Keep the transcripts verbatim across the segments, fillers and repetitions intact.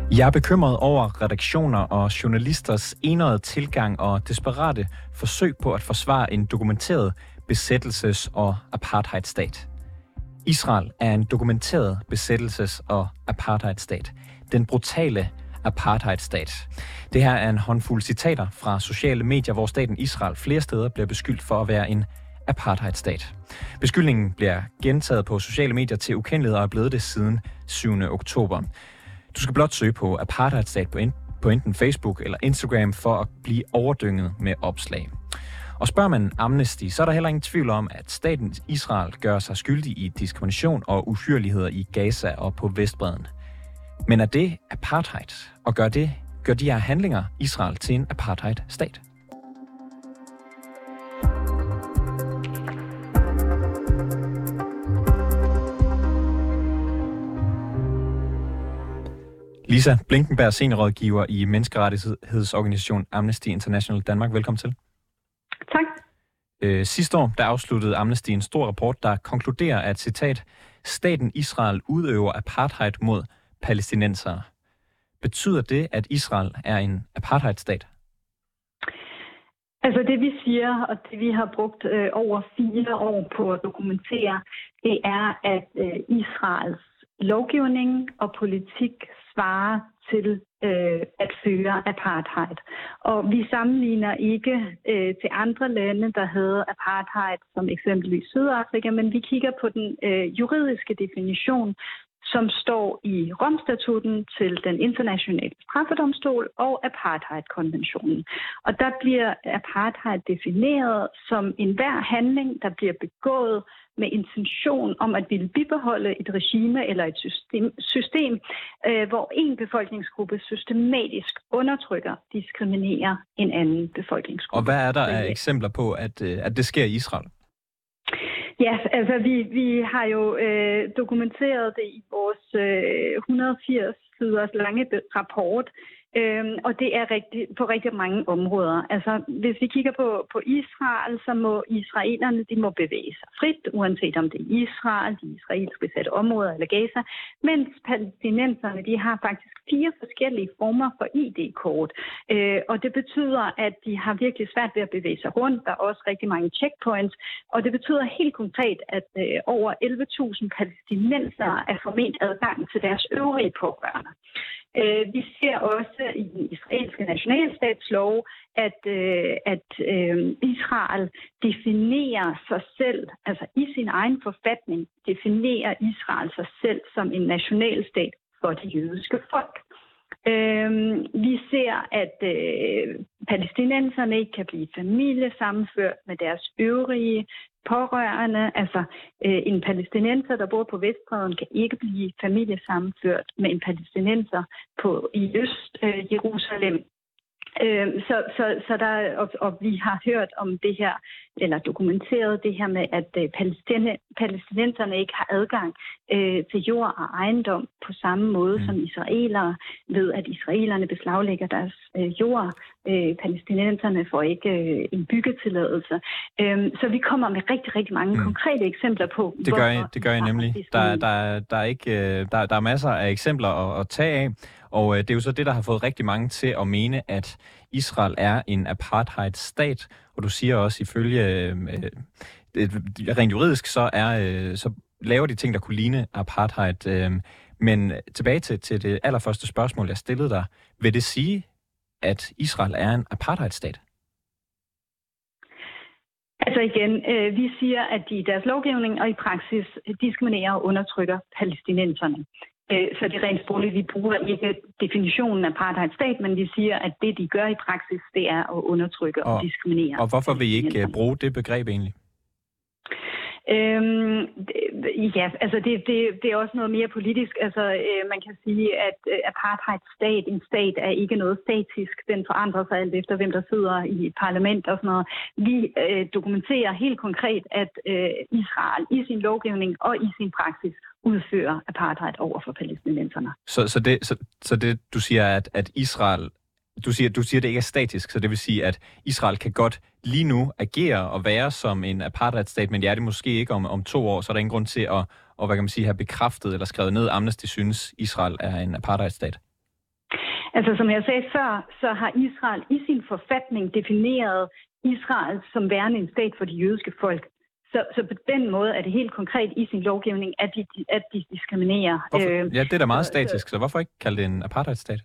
Jeg er bekymret over redaktioner og journalisters enøjede tilgang og desperate forsøg på at forsvare en dokumenteret besættelses- og apartheidstat. Israel er en dokumenteret besættelses- og apartheidstat. Den brutale apartheidstat. Det her er en håndfuld citater fra sociale medier, hvor staten Israel flere steder bliver beskyldt for at være en apartheidstat. Beskyldningen bliver gentaget på sociale medier til ukendelighed og er blevet det siden syvende oktober. Du skal blot søge på apartheidstat på, på enten Facebook eller Instagram for at blive overdynget med opslag. Og spørger man Amnesty, så er der heller ingen tvivl om, at staten Israel gør sig skyldig i diskrimination og uhyrligheder i Gaza og på Vestbredden. Men er det apartheid? Og gør, det, gør de her handlinger Israel til en apartheidstat? Lisa Blinkenberg, seniorrådgiver i menneskerettighedsorganisationen Amnesty International Danmark. Velkommen til. Tak. Øh, sidste år der afsluttede Amnesty en stor rapport, der konkluderer, at citat, staten Israel udøver apartheid mod palæstinensere. Betyder det, at Israel er en apartheidstat? Altså det vi siger, og det vi har brugt øh, over fire år på at dokumentere, det er, at øh, Israels lovgivning og politik svarer til øh, at føre apartheid. Og vi sammenligner ikke øh, til andre lande, der havde apartheid, som eksempelvis Sydafrika, men vi kigger på den øh, juridiske definition, som står i Romstatuten til den internationale straffedomstol og apartheidkonventionen. Og der bliver apartheid defineret som enhver handling, der bliver begået med intention om at ville bibeholde et regime eller et system, system øh, hvor en befolkningsgruppe systematisk undertrykker, diskriminerer en anden befolkningsgruppe. Og hvad er der af eksempler på, at, at det sker i Israel? Ja, altså vi, vi har jo øh, dokumenteret det i vores øh, et hundrede og firs siders lange rapport, øhm, og det er rigtig, på rigtig mange områder. Altså hvis vi kigger på, på Israel, så må israelerne de må bevæge sig frit, uanset om det er Israel, de israelske besatte områder eller Gaza, mens palæstinenserne de har faktisk fire forskellige former for I D-kort, øh, og det betyder, at de har virkelig svært ved at bevæge sig rundt. Der er også rigtig mange checkpoints, og det betyder helt konkret, at øh, over elleve tusind palæstinensere er forment adgang til deres øvrige pårørende. Øh, vi ser også i den israelske nationalstatslov, at, øh, at øh, Israel definerer sig selv, altså i sin egen forfatning, definerer Israel sig selv som en nationalstat for det jødiske folk. Øh, vi ser, at øh, palæstinenserne ikke kan blive familiesammenført med deres øvrige pårørende. Altså øh, en palæstinenser, der bor på Vestbredden, kan ikke blive familiesammenført med en palæstinenser på, i Øst-Jerusalem. Øh, så, så, så der, og, og vi har hørt om det her, eller dokumenteret det her med, at øh, palæstin, palæstinenserne ikke har adgang øh, til jord og ejendom på samme måde mm. som israelere, ved at israelerne beslaglægger deres øh, jord. Øh, palæstinenserne får ikke øh, en byggetilladelse. Øh, så vi kommer med rigtig, rigtig mange mm. konkrete eksempler på. Det gør I, det gør I nemlig. Der, der, der, er ikke, der, der er masser af eksempler at, at tage af. Og øh, det er jo så det, der har fået rigtig mange til at mene, at Israel er en apartheidstat. Og du siger også, ifølge øh, rent juridisk, så, er, øh, så laver de ting, der kunne ligne apartheid. Øh, men tilbage til, til det allerførste spørgsmål, jeg stillede dig. Vil det sige, at Israel er en apartheidstat? Altså igen, øh, vi siger, at de i deres lovgivning og i praksis diskriminerer og undertrykker palæstinenserne. Så det er rent sprogligt, vi bruger ikke definitionen af apartheidstat, men vi siger, at det, de gør i praksis, det er at undertrykke og, og diskriminere. Og hvorfor vil I ikke bruge det begreb egentlig? Øhm, ja, altså det, det, det er også noget mere politisk. Altså øh, man kan sige, at øh, apartheidstat, en stat, er ikke noget statisk. Den forandrer sig alt efter, hvem der sidder i et parlament og sådan noget. Vi øh, dokumenterer helt konkret, at øh, Israel i sin lovgivning og i sin praksis udfører apartheid over for palæstinenserne. Så, så, det, så, så det, du siger, at, at Israel, du siger, du siger, at det ikke er statisk, så det vil sige, at Israel kan godt lige nu agere og være som en apartheidstat, men det er det måske ikke om, om to år, så er der ingen grund til at, og, hvad kan man sige, have bekræftet eller skrevet ned, Amnesty synes, Israel er en apartheidstat. Altså, som jeg sagde før, så har Israel i sin forfatning defineret Israel som værende en stat for de jødiske folk. Så, så på den måde er det helt konkret i sin lovgivning, at de, at de diskriminerer. Hvorfor? Ja, det er da meget statisk, så hvorfor ikke kalde det en apartheidstat?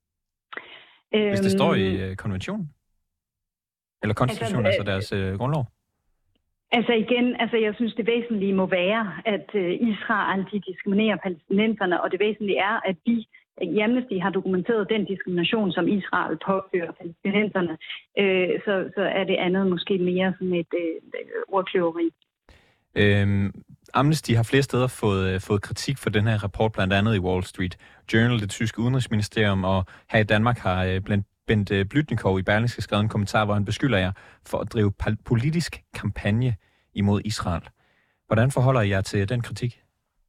Øhm, Hvis det står i øh, konventionen? Eller konstitutionen, altså, altså deres øh, grundlov? Altså igen, altså jeg synes, det væsentlige må være, at øh, Israel de diskriminerer palæstinenserne, og det væsentlige er, at vi i Amnesty har dokumenteret den diskrimination, som Israel påfører palæstinenserne. Øh, så, så er det andet måske mere sådan et øh, ordkløveri. Øhm, Amnesty har flere steder fået, fået kritik for den her rapport, blandt andet i Wall Street Journal, det tyske udenrigsministerium, og her i Danmark har øh, blandt Bent Blytnikov i Berlingske skrevet en kommentar, hvor han beskylder jer for at drive politisk kampagne imod Israel. Hvordan forholder I jer til den kritik?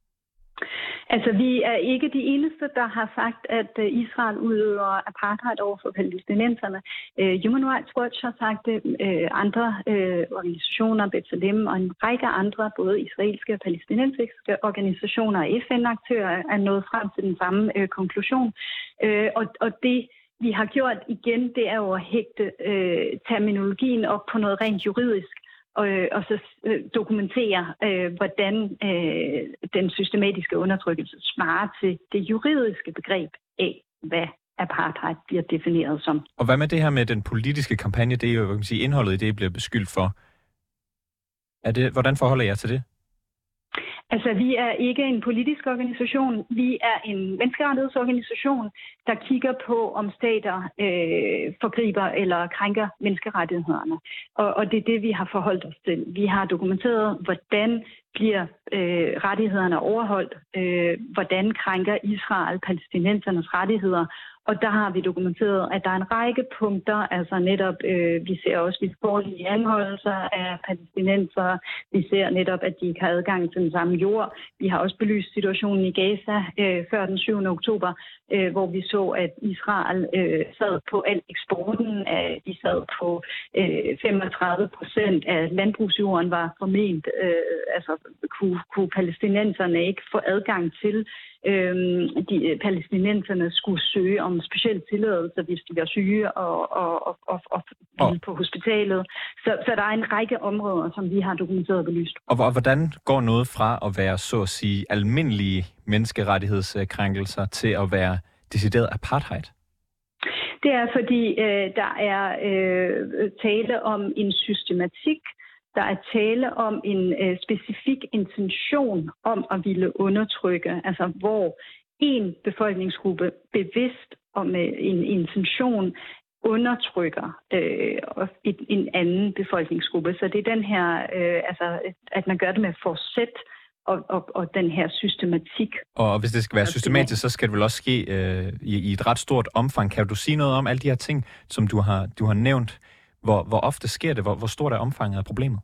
Altså, vi er ikke de eneste, der har sagt, at Israel udøver apartheid over for palæstinenserne. Uh, Human Rights Watch har sagt det, uh, andre uh, organisationer, B'Tselem og en række andre, både israelske og palæstinensiske organisationer og F N-aktører, er nået frem til den samme uh, konklusion. Uh, og, og det vi har gjort igen, det er jo at hægte øh, terminologien op på noget rent juridisk, og, øh, og så øh, dokumentere, øh, hvordan øh, den systematiske undertrykkelse svarer til det juridiske begreb af, hvad apartheid bliver defineret som. Og hvad med det her med den politiske kampagne? Det er jo, hvad kan man sige, indholdet i det, I bliver beskyldt for. Er det, hvordan forholder jeg til det? Altså, vi er ikke en politisk organisation. Vi er en menneskerettighedsorganisation, der kigger på, om stater øh, forgriber eller krænker menneskerettighederne. Og, og det er det, vi har forholdt os til. Vi har dokumenteret, hvordan bliver øh, rettighederne overholdt, øh, hvordan krænker Israel palæstinensernes rettigheder. Og der har vi dokumenteret, at der er en række punkter, altså netop, øh, vi ser også vilkårlige anholdelser af palæstinenser. Vi ser netop, at de ikke har adgang til den samme jord. Vi har også belyst situationen i Gaza øh, før den syvende oktober, øh, hvor vi så, at Israel øh, sad på al eksporten. Af, de sad på øh, femogtredive procent af landbrugsjorden var forment, øh, altså kunne, kunne palæstinenserne ikke få adgang til. Øhm, de palæstinenserne skulle søge om specielle tilladelser, hvis de var syge og, og, og, og, og oh. på hospitalet. Så, så der er en række områder, som vi har dokumenteret og belyst. Og hvordan går noget fra at være, så at sige, almindelige menneskerettighedskrænkelser til at være decideret apartheid? Det er, fordi øh, der er øh, tale om en systematik. Der er tale om en øh, specifik intention om at ville undertrykke, altså hvor en befolkningsgruppe bevidst og med en intention undertrykker øh, en, en anden befolkningsgruppe. Så det er den her, øh, altså at man gør det med forsæt og, og, og den her systematik. Og hvis det skal være systematisk, så skal det vel også ske øh, i, i et ret stort omfang. Kan du sige noget om alle de her ting, som du har, du har nævnt? Hvor, hvor ofte sker det? Hvor, hvor stort er omfanget af problemet?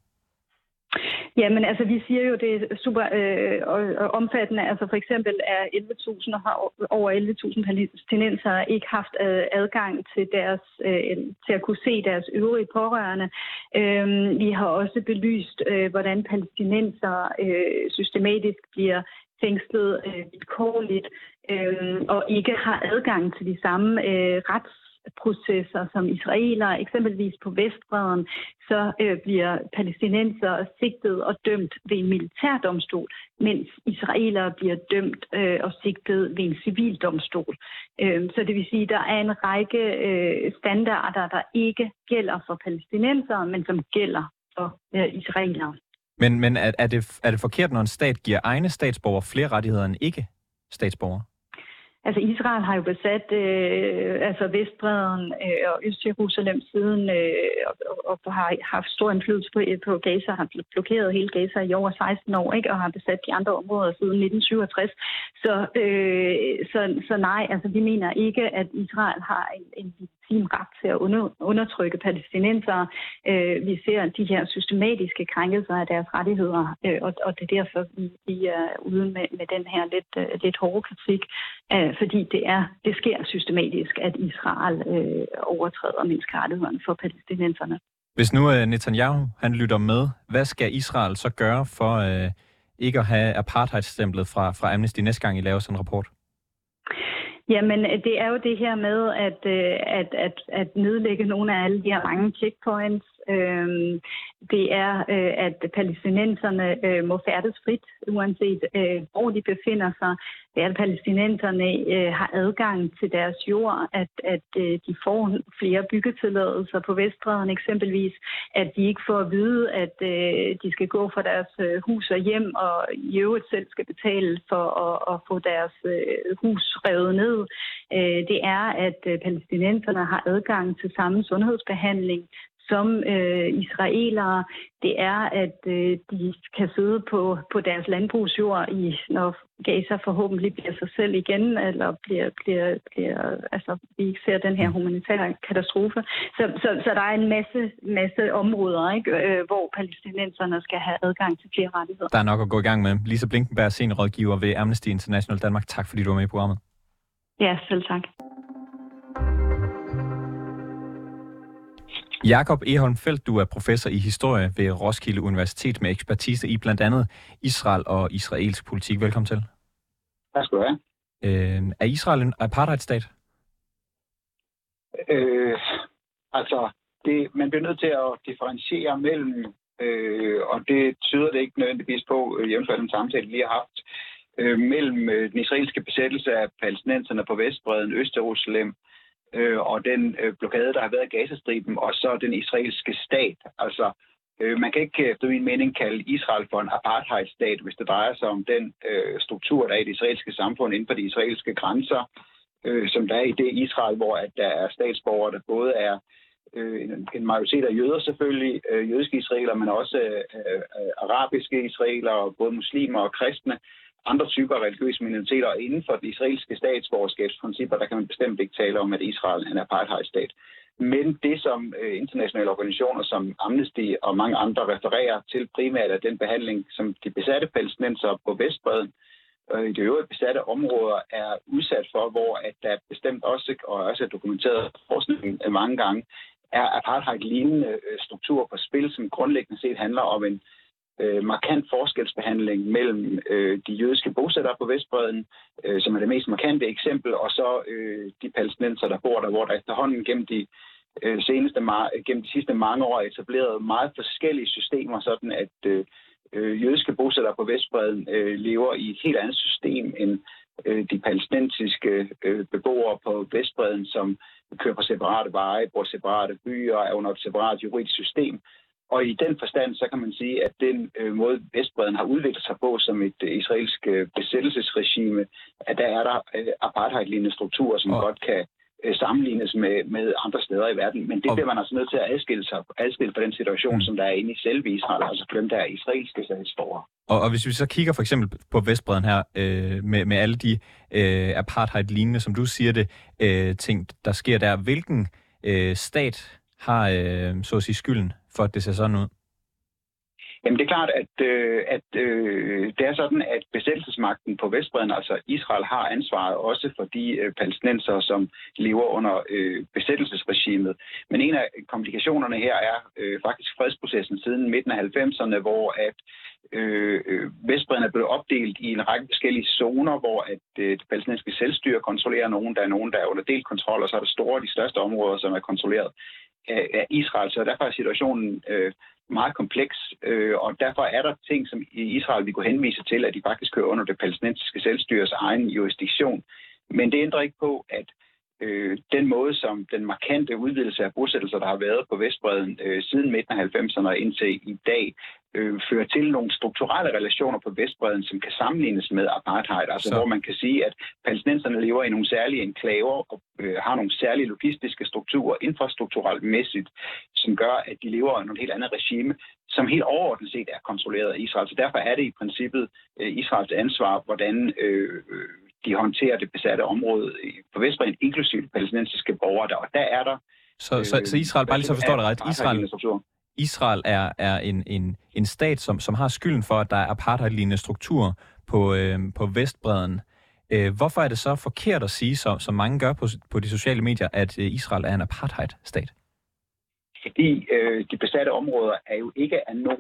Jamen altså, vi siger jo, det er super øh, omfattende. Altså for eksempel er elleve tusind, har over elleve tusind palæstinensere ikke haft øh, adgang til, deres, øh, til at kunne se deres øvrige pårørende. Øh, vi har også belyst, øh, hvordan palæstinensere øh, systematisk bliver fængslet øh, vilkårligt øh, og ikke har adgang til de samme øh, rets processer som israelere, eksempelvis på Vestbredden, så øh, bliver palæstinenser sigtet og dømt ved en militærdomstol, mens israelere bliver dømt øh, og sigtet ved en civildomstol. Øh, så det vil sige, at der er en række øh, standarder, der ikke gælder for palæstinenser, men som gælder for øh, israelere. Men, men er, er, det, er det forkert, når en stat giver egne statsborgere flere rettigheder end ikke statsborgere? Altså Israel har jo besat øh, altså Vestbredden øh, og Øst-Jerusalem siden øh, og, og har haft stor indflydelse på, på Gaza, har blokeret hele Gaza i over seksten år, ikke, og har besat de andre områder siden nitten syvogtres. Så, øh, så, så nej, altså vi mener ikke, at Israel har en, en legitim ret til at under, undertrykke palæstinensere. Øh, vi ser de her systematiske krænkelser af deres rettigheder, øh, og, og det er derfor, vi, vi er ude med, med den her lidt, øh, lidt hårde kritik, øh, fordi det, er, det sker systematisk, at Israel øh, overtræder menneskerettighederne for palæstinenserne. Hvis nu øh, Netanyahu han lytter med, hvad skal Israel så gøre for øh, ikke at have apartheidstemplet fra, fra Amnesty næste gang I laver sådan en rapport? Jamen, det er jo det her med at, at, at, at nedlægge nogle af alle de her mange checkpoints. Det er, at palæstinenserne må færdes frit, uanset hvor de befinder sig. Det er, at palæstinenserne har adgang til deres jord, at, at de får flere byggetilladelser på Vestbredden eksempelvis, at de ikke får at vide, at de skal gå fra deres hus og hjem, og i øvrigt selv skal betale for at, at få deres hus revet ned. Det er, at palæstinenserne har adgang til samme sundhedsbehandling som øh, israelere. Det er, at øh, de kan sidde på, på deres landbrugsjord, i, når Gaza forhåbentlig bliver sig selv igen, eller bliver, bliver, bliver altså, vi ikke ser den her humanitære katastrofe. Så, så, så der er en masse, masse områder, ikke, øh, hvor palæstinenserne skal have adgang til flere rettigheder. Der er nok at gå i gang med. Lisa Blinkenberg, seniorrådgiver ved Amnesty International Danmark. Tak fordi du var med i programmet. Ja, selv tak. Jakob Egholm Feldt, du er professor i historie ved Roskilde Universitet med ekspertise i blandt andet Israel og israelsk politik. Velkommen til. Tak skal du have. Øh, er Israel en apartheidstat? Øh, altså, det, man bliver nødt til at differentiere mellem, øh, og det tyder det ikke nødvendigvis på, øh, jævnfald den samtale, vi har haft, øh, mellem øh, den israelske besættelse af palæstinenserne på Vestbredden, Øst-Jerusalem, øh, og den øh, blokade, der har været i Gazastriben, og så den israelske stat. Altså, øh, man kan ikke efter min mening kalde Israel for en apartheidstat, hvis det drejer sig om den øh, struktur, der er i det israelske samfund inden for de israelske grænser, øh, som der er i det Israel, hvor at der er statsborgere, der både er øh, en, en majoritet af jøder selvfølgelig, øh, jødiske israeler, men også øh, øh, arabiske israelere, både muslimer og kristne, andre typer religiøse minoriteter, og inden for de israelske statsborgerskabsprincipper, der kan man bestemt ikke tale om, at Israel er en apartheidstat. Men det, som øh, internationale organisationer som Amnesty og mange andre refererer til primært, er den behandling, som de besatte palæstinensere på Vestbredden og i de øvrige besatte områder er udsat for, hvor at der bestemt også, og også er dokumenteret forskning mange gange, er apartheid-lignende strukturer på spil, som grundlæggende set handler om en øh, markant forskelsbehandling mellem øh, de jødiske bosættere på Vestbredden, øh, som er det mest markante eksempel, og så øh, de palæstinenser, der bor der, hvor der efterhånden gennem de øh, seneste gennem de sidste mange år er etableret meget forskellige systemer, sådan at øh, jødiske bosættere på Vestbredden øh, lever i et helt andet system end øh, de palæstinensiske øh, beboere på Vestbredden, som kører på separate veje, bor separate byer, er under et separat juridisk system. Og i den forstand, så kan man sige, at den øh, måde Vestbredden har udviklet sig på som et øh, israelsk øh, besættelsesregime, at der er der øh, apartheid-lignende strukturer, som oh. godt kan øh, sammenlignes med, med andre steder i verden. Men det oh. bliver man altså nødt til at adskille sig adskille fra den situation, mm. som der er inde i selve Israel, altså dem, der er israelske statsborgere. Og, og hvis vi så kigger for eksempel på Vestbredden her, øh, med, med alle de øh, apartheid-lignende, som du siger det, øh, ting, der sker der, hvilken øh, stat har øh, så at sige skylden for, at det ser sådan ud? Jamen det er klart, at, øh, at øh, det er sådan, at besættelsesmagten på Vestbredden, altså Israel, har ansvaret også for de øh, palæstinensere, som lever under øh, besættelsesregimet. Men en af komplikationerne her er øh, faktisk fredsprocessen siden midten af halvfemserne, hvor at øh, Vestbredden er blevet opdelt i en række forskellige zoner, hvor at øh, det palæstinensiske selvstyre kontrollerer nogen, der er nogen, der er under delt kontrol, og så er der store, de største områder, som er kontrolleret af Israel. Så derfor er situationen øh, meget kompleks, øh, og derfor er der ting, som i Israel vi kunne henvise til, at de faktisk kører under det palæstinensiske selvstyres egen jurisdiktion. Men det ændrer ikke på, at øh, den måde, som den markante udvidelse af bosættelser, der har været på Vestbredden øh, siden midten af halvfemserne og indtil i dag, øh, fører til nogle strukturelle relationer på Vestbredden, som kan sammenlignes med apartheid. Altså så. Hvor man kan sige, at palæstinenserne lever i nogle særlige enklaver og øh, har nogle særlige logistiske strukturer, infrastrukturelt mæssigt, som gør, at de lever i nogle helt andet regime, som helt overordnet set er kontrolleret af Israel. Så derfor er det i princippet øh, Israels ansvar, hvordan øh, de håndterer det besatte område på Vestbredden, inklusive de palæstinensiske borgere der. Og der er der... Så, øh, så, så Israel, bare lige så forstår det ret, Israel, Israel er, er en, en, en stat, som, som har skylden for, at der er apartheid-lignende strukturer på, øh, på Vestbredden. Øh, hvorfor er det så forkert at sige, som, som mange gør på, på de sociale medier, at øh, Israel er en apartheid-stat? Fordi øh, de besatte områder er jo ikke af nogen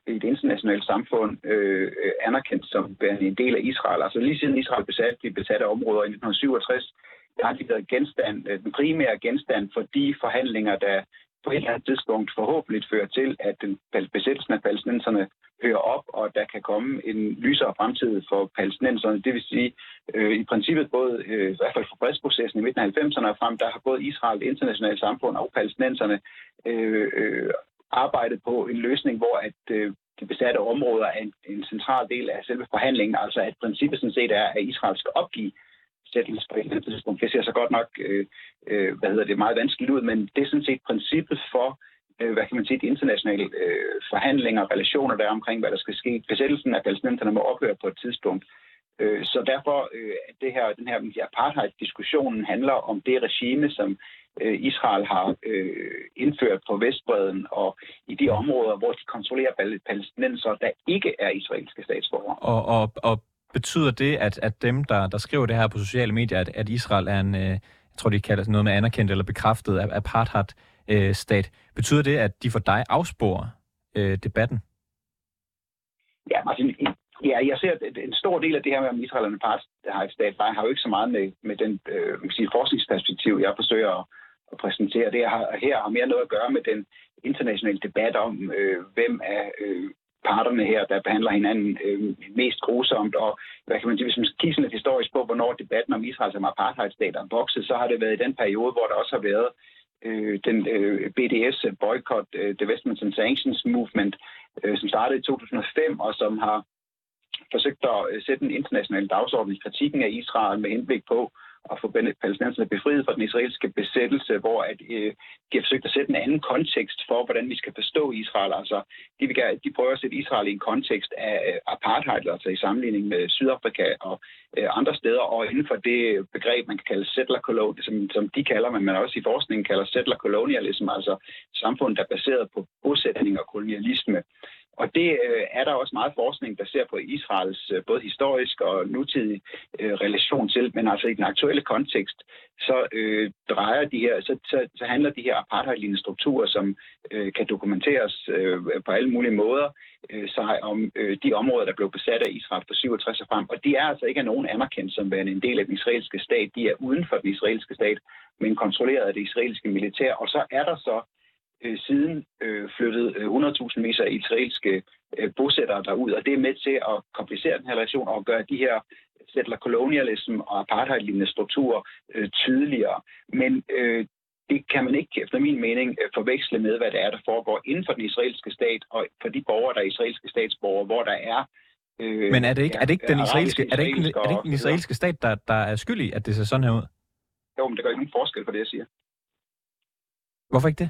i det internationale samfund øh, anerkendt som en del af Israel. Altså lige siden Israel besatte de besatte områder i nitten syvogtres, der har de været genstand, den primære genstand for de forhandlinger, der på et eller andet tidspunkt forhåbentlig fører til, at den besættelsen af palæstinenserne hører op, og der kan komme en lysere fremtid for palæstinenserne. Det vil sige, øh, i princippet både, øh, i hvert fald for fredsprocessen i midten af halvfemserne og frem, der har både Israel, det internationale samfund og palæstinenserne øh, øh, arbejdet på en løsning, hvor at øh, de besatte områder er en, en central del af selve forhandlingen, altså at princippet sådan set er, at Israel skal opgive sættelse på et eller andet tidspunkt. Det ser så godt nok øh, øh, hvad hedder det, meget vanskeligt ud, men det er sådan set princippet for, øh, hvad kan man sige, de internationale øh, forhandlinger og relationer der omkring, hvad der skal ske. Besættelsen af palæstinenserne må ophøre på et tidspunkt. Øh, så derfor øh, det her, den her apartheid-diskussionen handler om det regime, som øh, Israel har øh, indført på Vestbredden og i de områder, hvor de kontrollerer palæstinenser, der ikke er israelske statsborgere. Og, og, og betyder det, at, at dem, der, der skriver det her på sociale medier, at, at Israel er en, øh, jeg tror, de kalder noget med anerkendt eller bekræftet apartheid-stat, øh, betyder det, at de for dig afsporer øh, debatten? Ja, altså, ja, jeg ser, at en stor del af det her med, om Israel er en apartheid-stat, har jo ikke så meget med, med den øh, man kan sige, forskningsperspektiv, jeg forsøger at, at præsentere. Det her, her har mere noget at gøre med den internationale debat om, øh, hvem er øh, parterne her, der behandler hinanden øh, mest grusomt, og hvad kan man sige, hvis man skal kigge sådan lidt historisk på, hvornår debatten om Israel som apartheid-stat er vokset, så har det været i den periode, hvor der også har været øh, den øh, B D S boycott, øh, Divestment and Sanctions Movement, øh, som startede i to tusind og fem, og som har forsøgt at sætte en international dagsorden i kritikken af Israel med henblik på at få palæstinenserne befriet fra den israelske besættelse, hvor at, øh, de har forsøgt at sætte en anden kontekst for, hvordan vi skal forstå Israel. Altså, de, vil gerne, de prøver at sætte Israel i en kontekst af apartheid, altså i sammenligning med Sydafrika og øh, andre steder, og inden for det begreb, man kan kalde settler colonialism, som, som de kalder, men man også i forskningen kalder settler colonialism, altså samfund, der er baseret på bosætning og kolonialisme. Og det øh, er der også meget forskning, der ser på Israels øh, både historisk og nutidig øh, relation til, men altså i den aktuelle kontekst, så øh, drejer de her, så, så, så handler de her apartheid-lignende strukturer, som øh, kan dokumenteres øh, på alle mulige måder, øh, sig om øh, de områder, der blev besat af Israel fra syvogtres og frem. Og de er altså ikke af nogen anerkendt som værende en del af den israelske stat. De er uden for den israelske stat, men kontrolleret af det israelske militær. Og så er der så siden øh, flyttede hundrede tusind vis af israelske øh, bosættere derud, og det er med til at komplicere den her relation og gøre de her settler colonialism og apartheid-lignende strukturer øh, tydeligere. Men øh, det kan man ikke, efter min mening, øh, forveksle med, hvad det er, der foregår inden for den israelske stat, og for de borgere, der er israelske statsborgere, hvor der er øh, Men er det ikke, er det ikke den israelske, er det ikke, er det ikke den israelske stat, der, der er skyldig, at det ser sådan her ud? Jo, men der gør ikke nogen forskel på det, jeg siger. Hvorfor ikke det?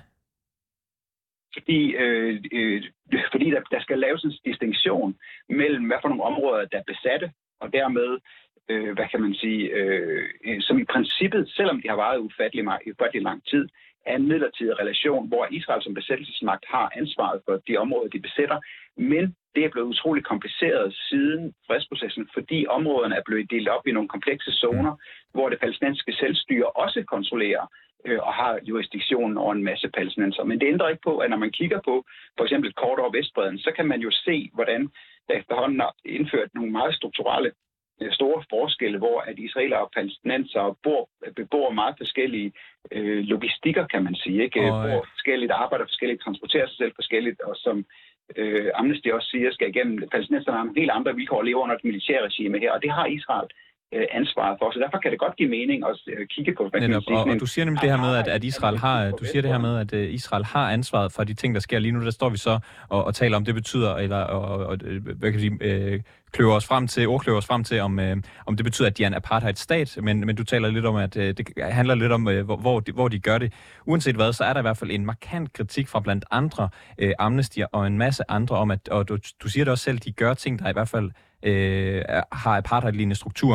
Fordi, øh, øh, fordi der, der skal laves en distinktion mellem, hvad for nogle områder, der er besatte, og dermed, øh, hvad kan man sige, øh, som i princippet, selvom de har varet ufattelig, ufattelig lang tid, er en midlertidig relation, hvor Israel som besættelsesmagt har ansvaret for de områder, de besætter, men det er blevet utroligt kompliceret siden fredsprocessen, fordi områderne er blevet delt op i nogle komplekse zoner, hvor det palæstinensiske selvstyre også kontrollerer og har jurisdiktionen over en masse palæstinenser. Men det ændrer ikke på, at når man kigger på for eksempel et kort over Vestbredden, så kan man jo se, hvordan der efterhånden er indført nogle meget strukturelle store forskelle, hvor at israeler og palæstinenser bor, bebor meget forskellige øh, logistikker, kan man sige. Ikke? Og, bor forskelligt, arbejder forskelligt, transporterer sig selv forskelligt, og som øh, Amnesty også siger, skal igennem palæstinenserne har en helt andre vilkår at leve under et militærregime her, og det har Israel ansvaret for. Så derfor kan det godt give mening at kigge på, hvad Netop, og, og du siger nemlig det her med, at, at Israel har, du siger det her med, at Israel har ansvaret for de ting, der sker lige nu. Der står vi så og, og taler om, det betyder, eller og, og, hvad kan vi sige, øh, kløver os frem til, ordkløver os frem til, om, øh, om det betyder, at de er en apartheid-stat, men, men du taler lidt om, at øh, det handler lidt om, øh, hvor, de, hvor de gør det. Uanset hvad, så er der i hvert fald en markant kritik fra blandt andre øh, Amnesty og en masse andre om, at, og du, du siger det også selv, de gør ting, der i hvert fald øh, har apartheid-lignende strukturer.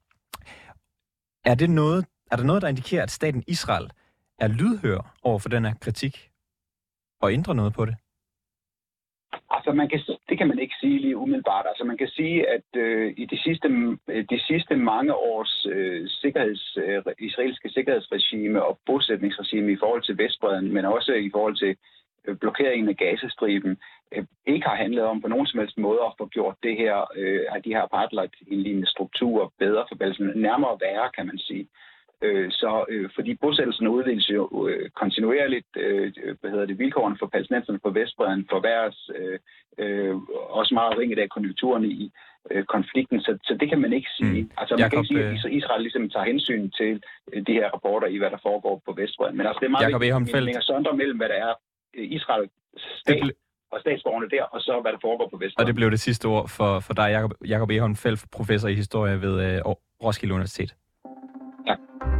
Er, det noget, er der noget, der indikerer, at staten Israel er lydhør over for den her kritik og ændrer noget på det? Altså, man kan, det kan man ikke sige lige umiddelbart. Altså, man kan sige, at øh, i de sidste, de sidste mange års øh, sikkerheds, øh, israelske sikkerhedsregime og bosætningsregime i forhold til Vestbredden, men også i forhold til øh, blokeringen af Gazastriben øh, ikke har handlet om på nogen som helst måde at få gjort det her, øh, af de her apartheid-lignende strukturer bedre for palæstinenserne, nærmere værre, kan man sige. Øh, så øh, fordi bosættelserne udvikles jo øh, kontinuerligt, øh, hvad hedder det, vilkårene for palæstinenserne på Vestbredden forværres øh, øh, også meget afhængigt af konjunkturerne i øh, konflikten, så, så det kan man ikke sige. Mm. Altså man Jacob, kan ikke sige, at Israel ligesom tager hensyn til øh, de her rapporter i, hvad der foregår på Vestbredden. Men altså det er meget vigtigt, at vi sondre mellem, hvad der er øh, Israel stat ble- og statsborgerne der, og så hvad der foregår på Vestbredden. Og det blev det sidste ord for, for dig, Jacob, Jacob Egholm Feldt, professor i historie ved øh, Roskilde Universitet. Tak.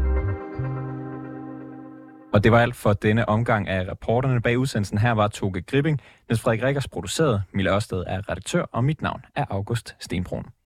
Og det var alt for denne omgang af rapporterne. Bag udsendelsen her var Toge Gripping, Niels Frederik Rikkers produceret, Mille Ørsted er redaktør, og mit navn er August Stenbrun.